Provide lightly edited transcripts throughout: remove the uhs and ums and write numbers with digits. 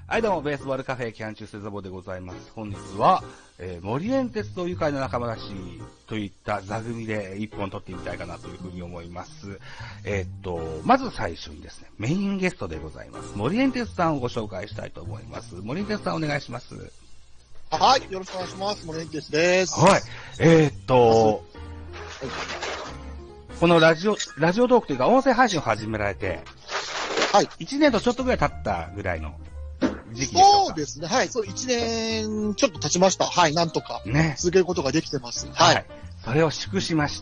はい、どうも、ベースボールカフェキャンチューセザボでございます。本日は、森園鉄道愉快な仲間たちといった座組で一本撮ってみたいかなというふうに思います。まず最初にですね、メインゲストでございます。森園鉄さんをご紹介したいと思います。森園鉄さんお願いします。 はい、よろしくお願いします。森園鉄です。 はい。このラジオトークというか音声配信を始められて、 はい。 1年とちょっとぐらい経ったぐらいの時期でしょうか。 そうですね。はい。そう、1年ちょっと経ちました。はい。なんとか。 ね。 続けることができてます。 はい。はい。それを祝しまして。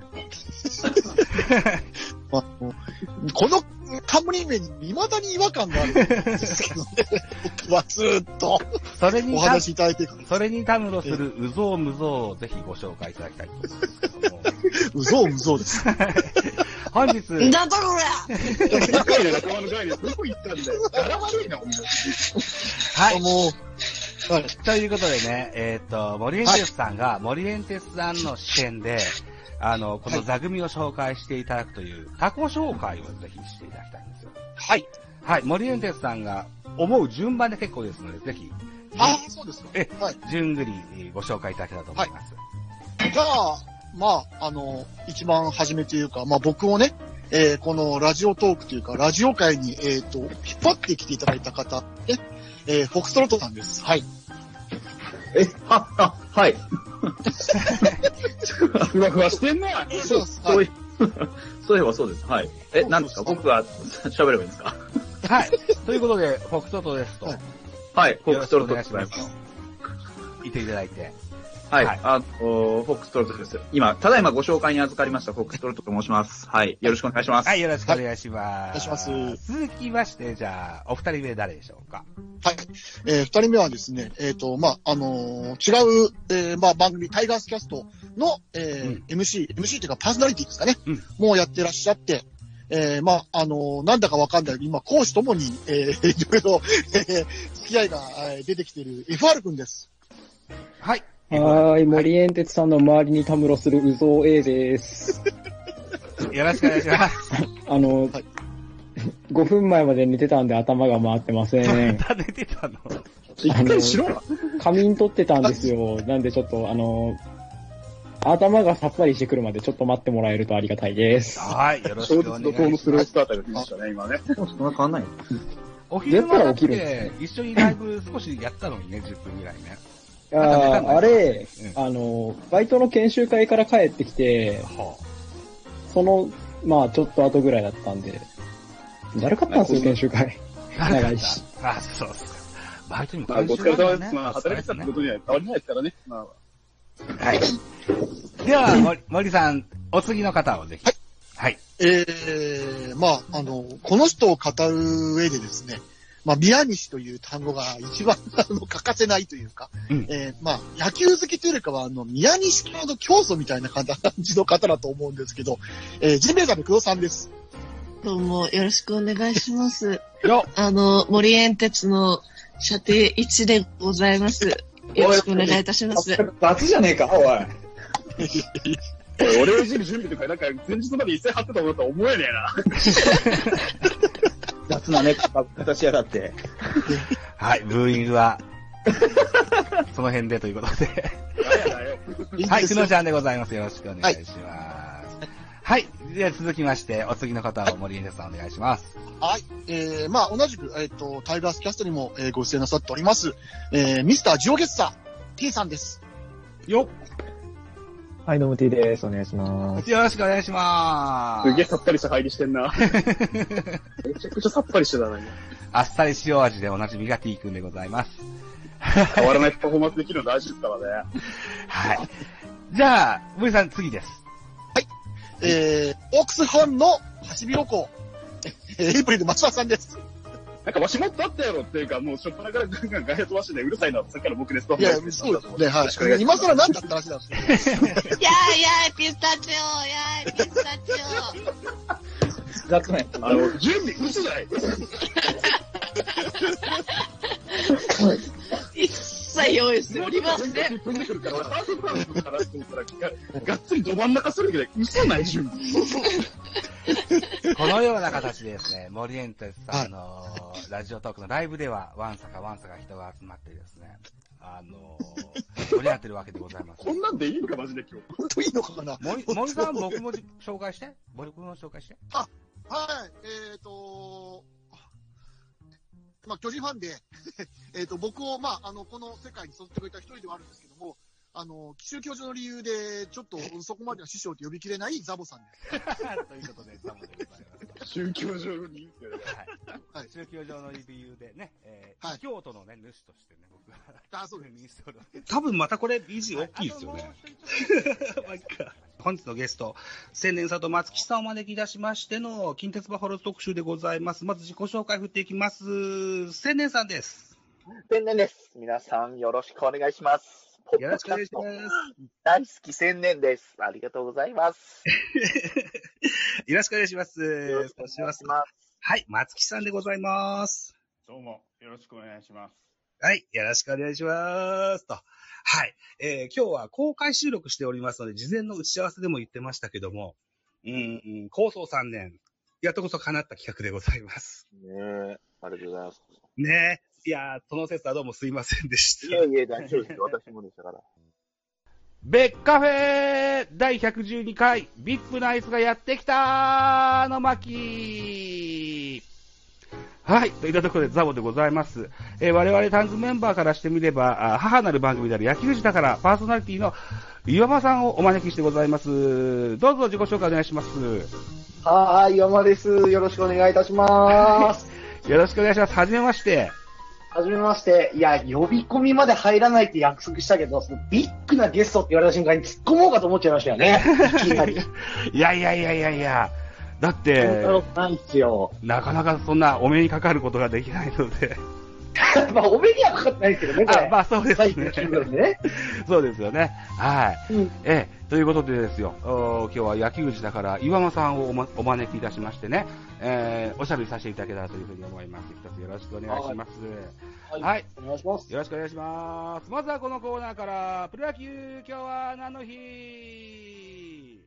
この冠名に未だに違和感があるんですけどね。僕はずーっとお話しいただいてる。 それにたむろするうぞうむぞうをぜひご紹介いただきたいと思うんですけども。 うぞうむぞうです。 本日。 なんだこれ仲間の概念どこ行ったんだよ。柄悪いな、お前。 はい。 もう、はい。 ということでね、森園鉄さんが、森園鉄さんの視点で、この座組を紹介していただくという他己紹介をぜひしていただきたいんですよ。 はい。 はい。森園鉄さんが思う順番で結構ですので、ぜひ。 そうですか。 はい。順繰りご紹介いただけたらと思います。 はい。じゃあ、一番初めというか、僕をね、このラジオトークというか、ラジオ界に、引っ張ってきていただいた方、ね、フォクストロットさんです。はい。 はい。ふわふわしてんな。 そうです。 そういえばそうです。はい。何ですか？僕は喋ればいいんですか？ はい。ということで、フォクストロットですと。 はい。フォクストロットお願いします。いていただいて。 はい。フォックストロットです。ただいまご紹介に預かりましたフォックストロットと申します。はい。よろしくお願いします。 はい、よろしくお願いします。お願いします。 続きまして、じゃあ、お二人目誰でしょうか？ はい。二人目はですね、違う、番組、タイガースキャストの、MC というかパーソナリティですかね。もうやってらっしゃって、なんだかわかんない。今、講師ともに、いろいろ、付き合いが出てきている FR 君です。 はい。 はい、森園鉄さんの周りにたむろするうぞう A です。 よろしくお願いします。 5分前まで寝てたんで頭が回ってません。 また寝てたの？ 一回しろ。 仮眠取ってたんですよ。なんでちょっと頭がさっぱりしてくるまでちょっと待ってもらえるとありがたいです。 はい、よろしくお願いします。 小説のスロースターターが来ましたね、今ね。そんな変わんない。 お昼間だって一緒にライブ少しやったのにね、10分ぐらいね。 あれ、バイトの研修会から帰ってきて、その、ちょっと後ぐらいだったんで、だるかったんですよ、研修会。長いし。 そうっすか。バイトにも研修会だね。働いてたってことには変わりないですからね。 はい。では、森さん、お次の方をぜひ。はい。 この人を語る上でですね、宮西という単語が一番欠かせないというか、野球好きというよりかは、宮西教の教祖みたいな感じの方だと思うんですけど、ジンベエザメ工藤さんです。 どうも、よろしくお願いします。森園鉄の射程1でございます。よろしくお願いいたします。 雑じゃねえか、おい。俺をいじる準備とか、前日まで一斉張ってたものとは思えねえな。雑なね、形やがって。 はい、ブーイングは、その辺でということで。はい、くのちゃんでございます。よろしくお願いします。はい、では続きまして、お次の方を森園さんお願いします。 はい、同じく、タイガースキャストにも、ご出演なさっております、ミスタージオゲッサー T さんです。 よっ。 はい、どうも T です。お願いします。 よろしくお願いします。すげえさっぱりした入りしてんな。めちゃくちゃさっぱりしてたな、 あっさり塩味でおなじみが T 君でございます。 変わらないパフォーマンスできるの大事ですからね。 はい。じゃあ、森さん次です。 はい。オークスファンのハシビロコウ、エイプリル松田さんです。 わしもっとあったやろっていうか、もうしょっぱなからガンガン外野飛ばしてね、うるさいな、さっきから僕ですと。 いや、そうですね、はい。今更何だった話なんですけど。 やーピスタチオ、ピスタチオ。雑ね。準備、嘘じゃない。 一切用意しておりません。 飛んでくるから、俺、ハーフパンクかなって思ったら、がっつりど真ん中するけど、嘘ない準備。 このような形でですね、森エンテスさんのラジオトークのライブでは、わんさか人が集まってですね、盛り上がってるわけでございます。 こんなんでいいのか、マジで今日。本当いいのかな。 森さん、僕も紹介して。森君も紹介して。 はい。巨人ファンで、僕を、この世界に育ってくれた一人ではあるんですけども、宗教上の理由で、ちょっとそこまでは師匠と呼びきれないザボさんです。 ということで、ザボでございます。 宗教上の理由で。 はい。宗教上の理由でね、京都のね、主としてね、僕は。 そうです。 多分またこれ、維持大きいですよね。本日のゲスト、千年里松木さんをお招きいたしましての、近鉄バファローズ特集でございます。まず自己紹介振っていきます。千年さんです。 千年です。皆さんよろしくお願いします。 よろしくお願いします。 大好き千年です。ありがとうございます。 よろしくお願いします。 よろしくお願いします。 はい、松木さんでございます。 どうも、よろしくお願いします。 はい、よろしくお願いします。と。はい、今日は公開収録しておりますので、事前の打ち合わせでも言ってましたけども、構想3年、やっとこそ叶った企画でございます。 ねえ、ありがとうございます。 ねえ。いやー、その説はどうもすいませんでした。 いえ、大丈夫です。私もでしたから。 ベッカフェ第112回、ビップナイスがやってきたの巻。はい、といったところでザボでございます。我々タンズメンバーからしてみれば、母なる番組である野球児だからパーソナリティの岩間さんをお招きしてございます。どうぞ自己紹介お願いします。 はい、岩間です。よろしくお願いいたします。 よろしくお願いします。はじめまして。 はじめまして。いや、呼び込みまで入らないって約束したけど、ビッグなゲストって言われた瞬間に突っ込もうかと思っちゃいましたよね。いきなり。 いや。だって、 ないっすよ。 なかなかそんなお目にかかることができないので。 まあ、お目にはかかってないですけどね、これ。 まあ、そうですね。 ねそうですよね。はい。ということでですよ、今日は野球児だから岩間さんをお招きいたしましてね、おしゃべりさせていただけたらというふうに思います。一つよろしくお願いします。はい。 お願いします。 よろしくお願いします。まずはこのコーナーから、プロ野球、今日は何の日？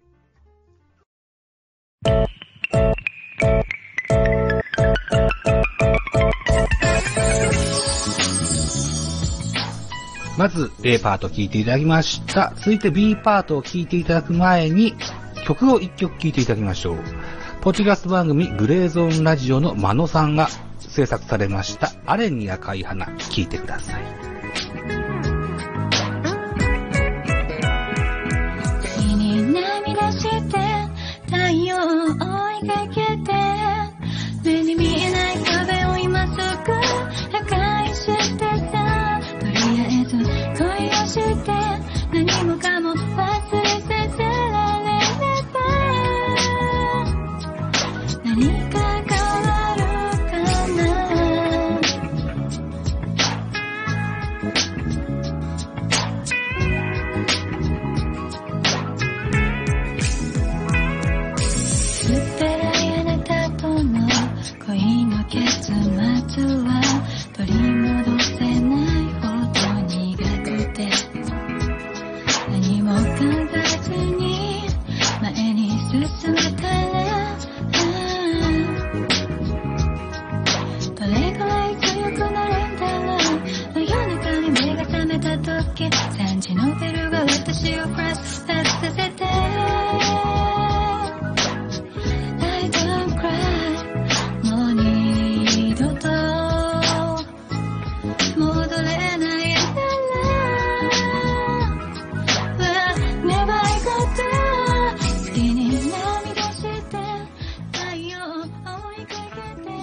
まず A パート聴いていただきました。続いて B パートを聴いていただく前に曲を1曲聴いていただきましょう。ポッドキャスト番組グレーゾーンラジオの真野さんが制作されましたアレに赤い花、聴いてください。 月に涙して太陽を追いかけて目に見えない壁を今すぐ破壊してさ、とりあえず恋をして何もかも忘れさせられれば何か変わるかな。薄っぺらいあなたとの恋の結末は取り戻せないほど苦くて何も考えずに前に進めたらどれくらい強くなるんだろう。真夜中に目が覚めた時3時のベルが私をフラッシュバックさせてI don't cry もう二度と戻れないなら Never I go down 月に涙して太陽を追いかけて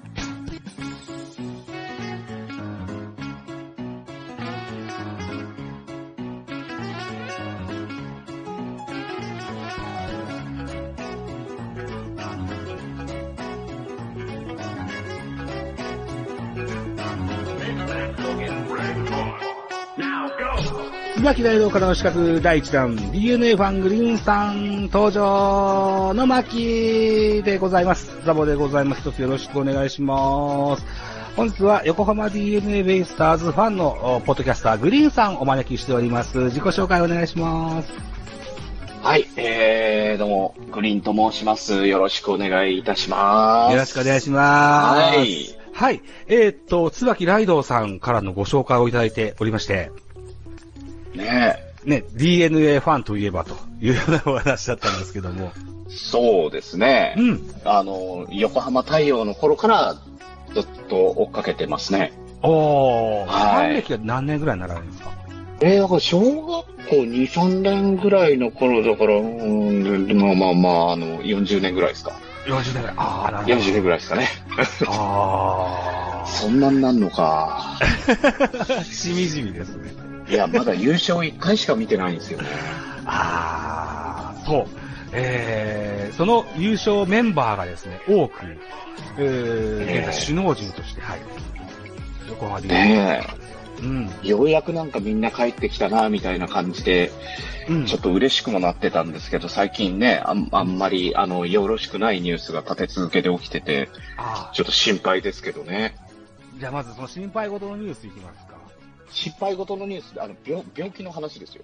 椿大道からの資格第1弾 DNA ファングリーンさん登場の巻でございます。ザボでございます。一つよろしくお願いします。本日は横浜 DNA ベイスターズファンのポッドキャスターグリーンさんお招きしております。自己紹介お願いします。 はい、どうも、グリーンと申します。よろしくお願いいたします。 よろしくお願いします。 はい。 はい。椿ライドウさんからのご紹介をいただいておりまして。ね、DNA ファンといえばというようなお話だったんですけども。 そうですね。うん。横浜太陽の頃からずっと追っかけてますね。 ファン歴は何年ぐらいになられるんですか？ だから小学校2、3年ぐらいの頃だから、40年ぐらいですか。 40年ぐらい。なるほど。 40年ぐらいですかね。そんなんなんのか。 しみじみですね。 いや、まだ優勝1回しか見てないんですよね。 そう。その優勝メンバーがですね、多く、現在首脳陣として、はい。横浜で。 ようやくなんかみんな帰ってきたな、みたいな感じで、ちょっと嬉しくもなってたんですけど、最近ね、あんまり、よろしくないニュースが立て続けで起きてて、ちょっと心配ですけどね。 じゃあまずその心配事のニュースいきますか。 心配事のニュースで、病気の話ですよ。